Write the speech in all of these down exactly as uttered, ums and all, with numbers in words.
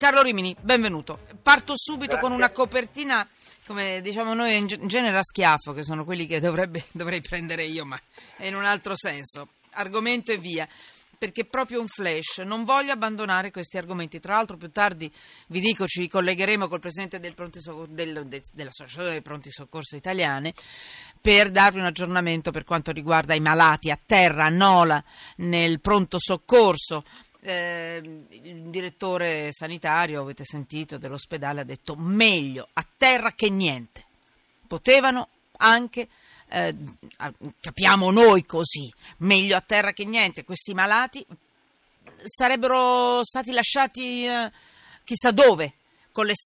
Carlo Rimini, benvenuto. Parto subito Grazie. con una copertina, come diciamo noi in genere a schiaffo, che sono quelli che dovrebbe, dovrei prendere io, ma è in un altro senso. Argomento e via, perché è proprio un flash. Non voglio abbandonare questi argomenti. Tra l'altro più tardi vi dico, ci collegheremo col presidente del pronti soccorso, del, de, dell'Associazione dei Pronti Soccorso Italiane per darvi un aggiornamento per quanto riguarda i malati a terra, a Nola, nel pronto soccorso. Eh, il direttore sanitario, avete sentito, dell'ospedale ha detto meglio a terra che niente. Potevano anche, eh, capiamo noi così, meglio a terra che niente. Questi malati sarebbero stati lasciati eh, chissà dove, con le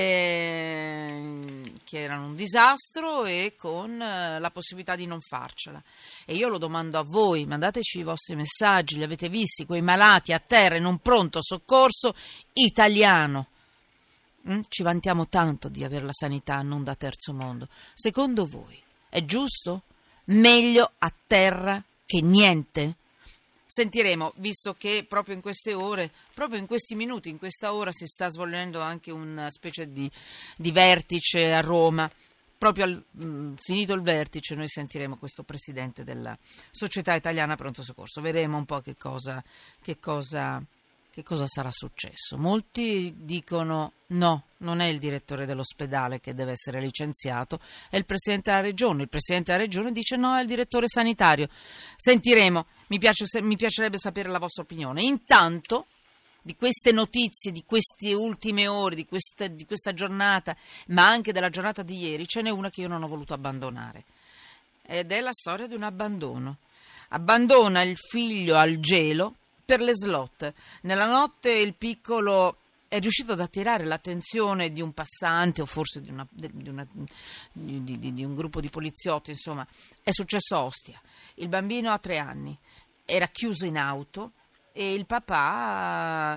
strade che erano un disastro e con eh, la possibilità di non farcela. E io lo domando a voi, mandateci i vostri messaggi, li avete visti quei malati a terra in un pronto soccorso italiano? Mm? Ci vantiamo tanto di avere la sanità non da terzo mondo. Secondo voi è giusto? Meglio a terra che niente? Sentiremo, visto che proprio in queste ore, proprio in questi minuti, in questa ora si sta svolgendo anche una specie di, di vertice a Roma. Proprio al, mh, finito il vertice noi sentiremo questo presidente della Società Italiana Pronto Soccorso. Vedremo un po' che cosa, che cosa, che cosa sarà successo. Molti dicono no, non è il direttore dell'ospedale che deve essere licenziato, è il presidente della regione. Il presidente della regione dice no, è il direttore sanitario. Sentiremo. Mi, piace, mi piacerebbe sapere la vostra opinione. Intanto, di queste notizie, di queste ultime ore, di questa, di questa giornata, ma anche della giornata di ieri, ce n'è una che io non ho voluto abbandonare. Ed è la storia di un abbandono. Abbandona il figlio al gelo per le slot. Nella notte il piccolo è riuscito ad attirare l'attenzione di un passante o forse di, una, di, una, di, di, di un gruppo di poliziotti, insomma. È successo a Ostia. Il bambino ha tre anni, era chiuso in auto e il papà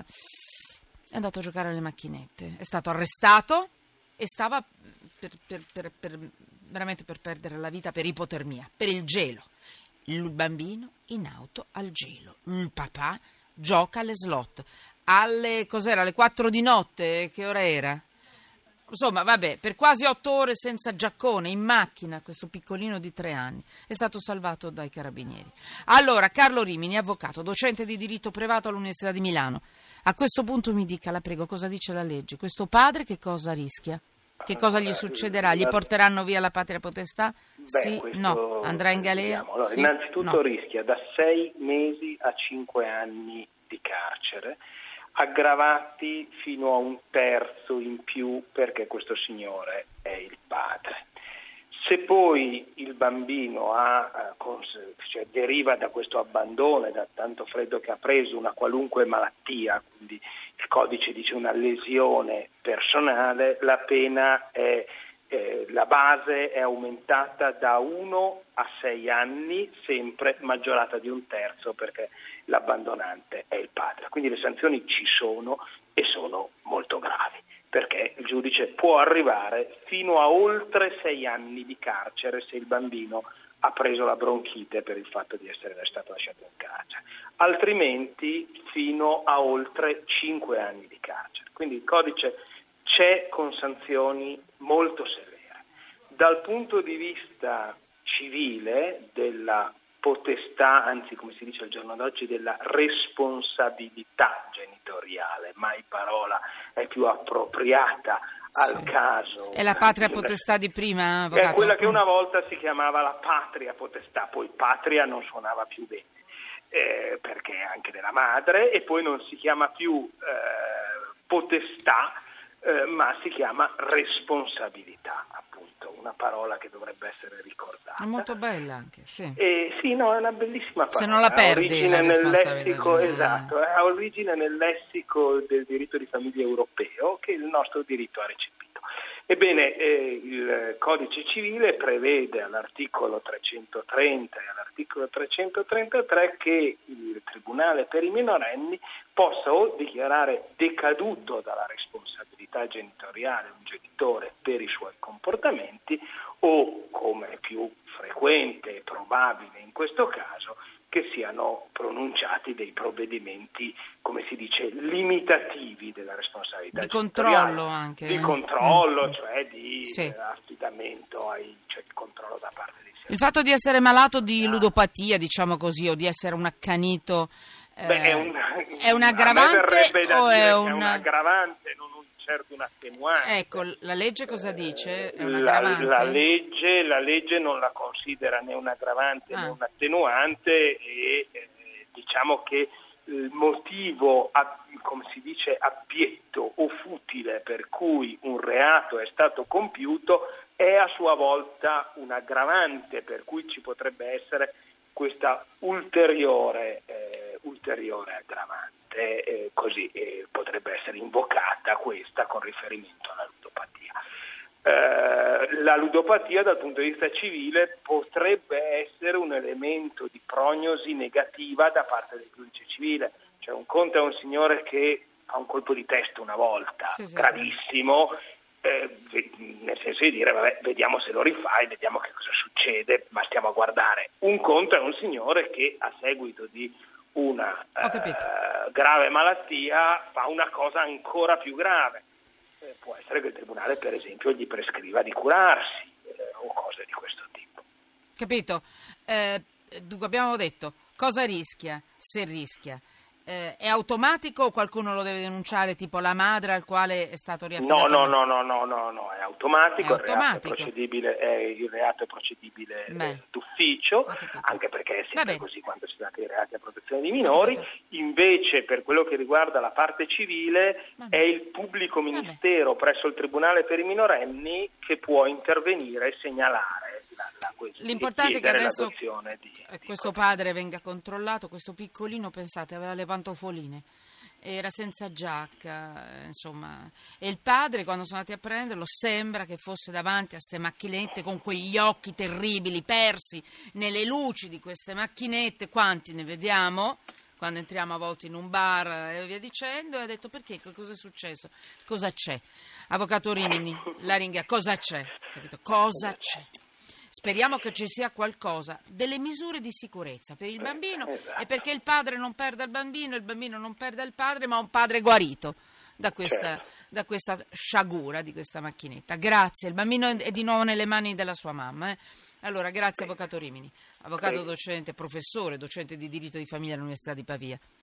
è andato a giocare alle macchinette. È stato arrestato e stava per, per, per, per, veramente per perdere la vita per ipotermia, per il gelo. Il bambino in auto al gelo. Il papà gioca alle slot. Alle, cos'era, alle quattro di notte, che ora era? Insomma, vabbè, per quasi otto ore senza giaccone, in macchina, questo piccolino di tre anni. È stato salvato dai carabinieri. Allora, Carlo Rimini, avvocato, docente di diritto privato all'Università di Milano. A questo punto mi dica, la prego, cosa dice la legge? Questo padre che cosa rischia? Che cosa gli succederà? Gli porteranno via la patria potestà? Beh, sì, no, andrà in galera? Allora, sì, innanzitutto no. Rischia da sei mesi a cinque anni di carcere, aggravati fino a un terzo in più perché questo signore è il padre. Se poi il bambino ha, cioè, deriva da questo abbandono e da tanto freddo che ha preso una qualunque malattia, quindi il codice dice una lesione personale, la pena è eh, la base è aumentata da uno a sei anni, sempre maggiorata di un terzo perché l'abbandonante è il padre. Quindi le sanzioni ci sono e sono molto gravi, perché il giudice può arrivare fino a oltre sei anni di carcere se il bambino ha preso la bronchite per il fatto di essere stato lasciato in carcere, altrimenti fino a oltre cinque anni di carcere. Quindi il codice c'è con sanzioni molto severe. Dal punto di vista civile della potestà, anzi come si dice al giorno d'oggi, della responsabilità genitoriale, mai parola è più appropriata al sì. caso. È la patria potestà di prima, avvocato? È quella che una volta si chiamava la patria potestà, poi patria non suonava più bene, eh, perché è anche della madre, e poi non si chiama più eh, potestà, eh, ma si chiama responsabilità, appunto, una parola che dovrebbe essere ricordata. È molto bella anche, sì. Eh, sì, no, è una bellissima parola. Se non la perdi, ha origine nel lessico, esatto, ha origine nel lessico del diritto di famiglia europeo che il nostro diritto ha recepito. Ebbene, eh, il codice civile prevede all'articolo trecentotrenta e all'articolo trecentotrentatré che il tribunale per i minorenni possa o dichiarare decaduto dalla responsabilità genitoriale un genitore per i suoi comportamenti o, come è più frequente e probabile in questo caso, che siano pronunciati dei provvedimenti, come si dice, limitativi della responsabilità di controllo genitoriale. anche. Di eh? controllo, mm. cioè di sì. eh, affidamento, ai, cioè di controllo da parte dei servizi. Il fatto di essere malato di ludopatia, diciamo così, o di essere un accanito, eh, Beh, è, un, è un aggravante o è un... è un aggravante, non un certo un attenuante. Ecco, la legge cosa dice? È un la, aggravante? la, legge, la legge non la considera né un aggravante ah. né un attenuante e eh, diciamo che il motivo, come si dice, abbietto o futile per cui un reato è stato compiuto è a sua volta un aggravante, per cui ci potrebbe essere questa ulteriore, eh, ulteriore aggravante. Eh, così eh, potrebbe essere invocata questa con riferimento alla ludopatia. Eh, la ludopatia dal punto di vista civile potrebbe essere un elemento di prognosi negativa da parte del giudice civile, cioè un conto è un signore che ha un colpo di testa una volta, sì, sì. gravissimo, eh, nel senso di dire vabbè, vediamo se lo rifà e vediamo che cosa succede, ma stiamo a guardare. Un conto è un signore che a seguito di una eh, grave malattia fa una cosa ancora più grave. Eh, può essere che il tribunale, per esempio, gli prescriva di curarsi eh, o cose di questo tipo. Capito? Eh, dunque abbiamo detto cosa rischia, se rischia. Eh, è automatico o qualcuno lo deve denunciare, tipo la madre al quale è stato riaffidato? No, no, no, no, no, no, no, è automatico, è automatico. Il, reato è procedibile, è, il reato è procedibile eh, d'ufficio, anche perché è sempre così quando si tratta di reati a protezione di minori. Invece per quello che riguarda la parte civile è il pubblico ministero presso il Tribunale per i minorenni che può intervenire e segnalare. La, la, L'importante è che adesso di, questo di padre venga controllato, questo piccolino, pensate, aveva le pantofoline, era senza giacca, insomma, e il padre quando sono andati a prenderlo sembra che fosse davanti a ste macchinette con quegli occhi terribili, persi nelle luci di queste macchinette, quanti ne vediamo quando entriamo a volte in un bar e via dicendo, e ha detto perché, cosa è successo, cosa c'è? Avvocato Rimini, la ringrazio, cosa c'è? Capito? Cosa c'è? Speriamo che ci sia qualcosa, delle misure di sicurezza per il bambino esatto. e perché il padre non perda il bambino, il bambino non perda il padre, ma un padre guarito da questa, certo. da questa sciagura di questa macchinetta. Grazie, il bambino è di nuovo nelle mani della sua mamma. Eh? Allora, grazie Avvocato Rimini, avvocato docente, professore, docente di diritto di famiglia all'Università di Pavia.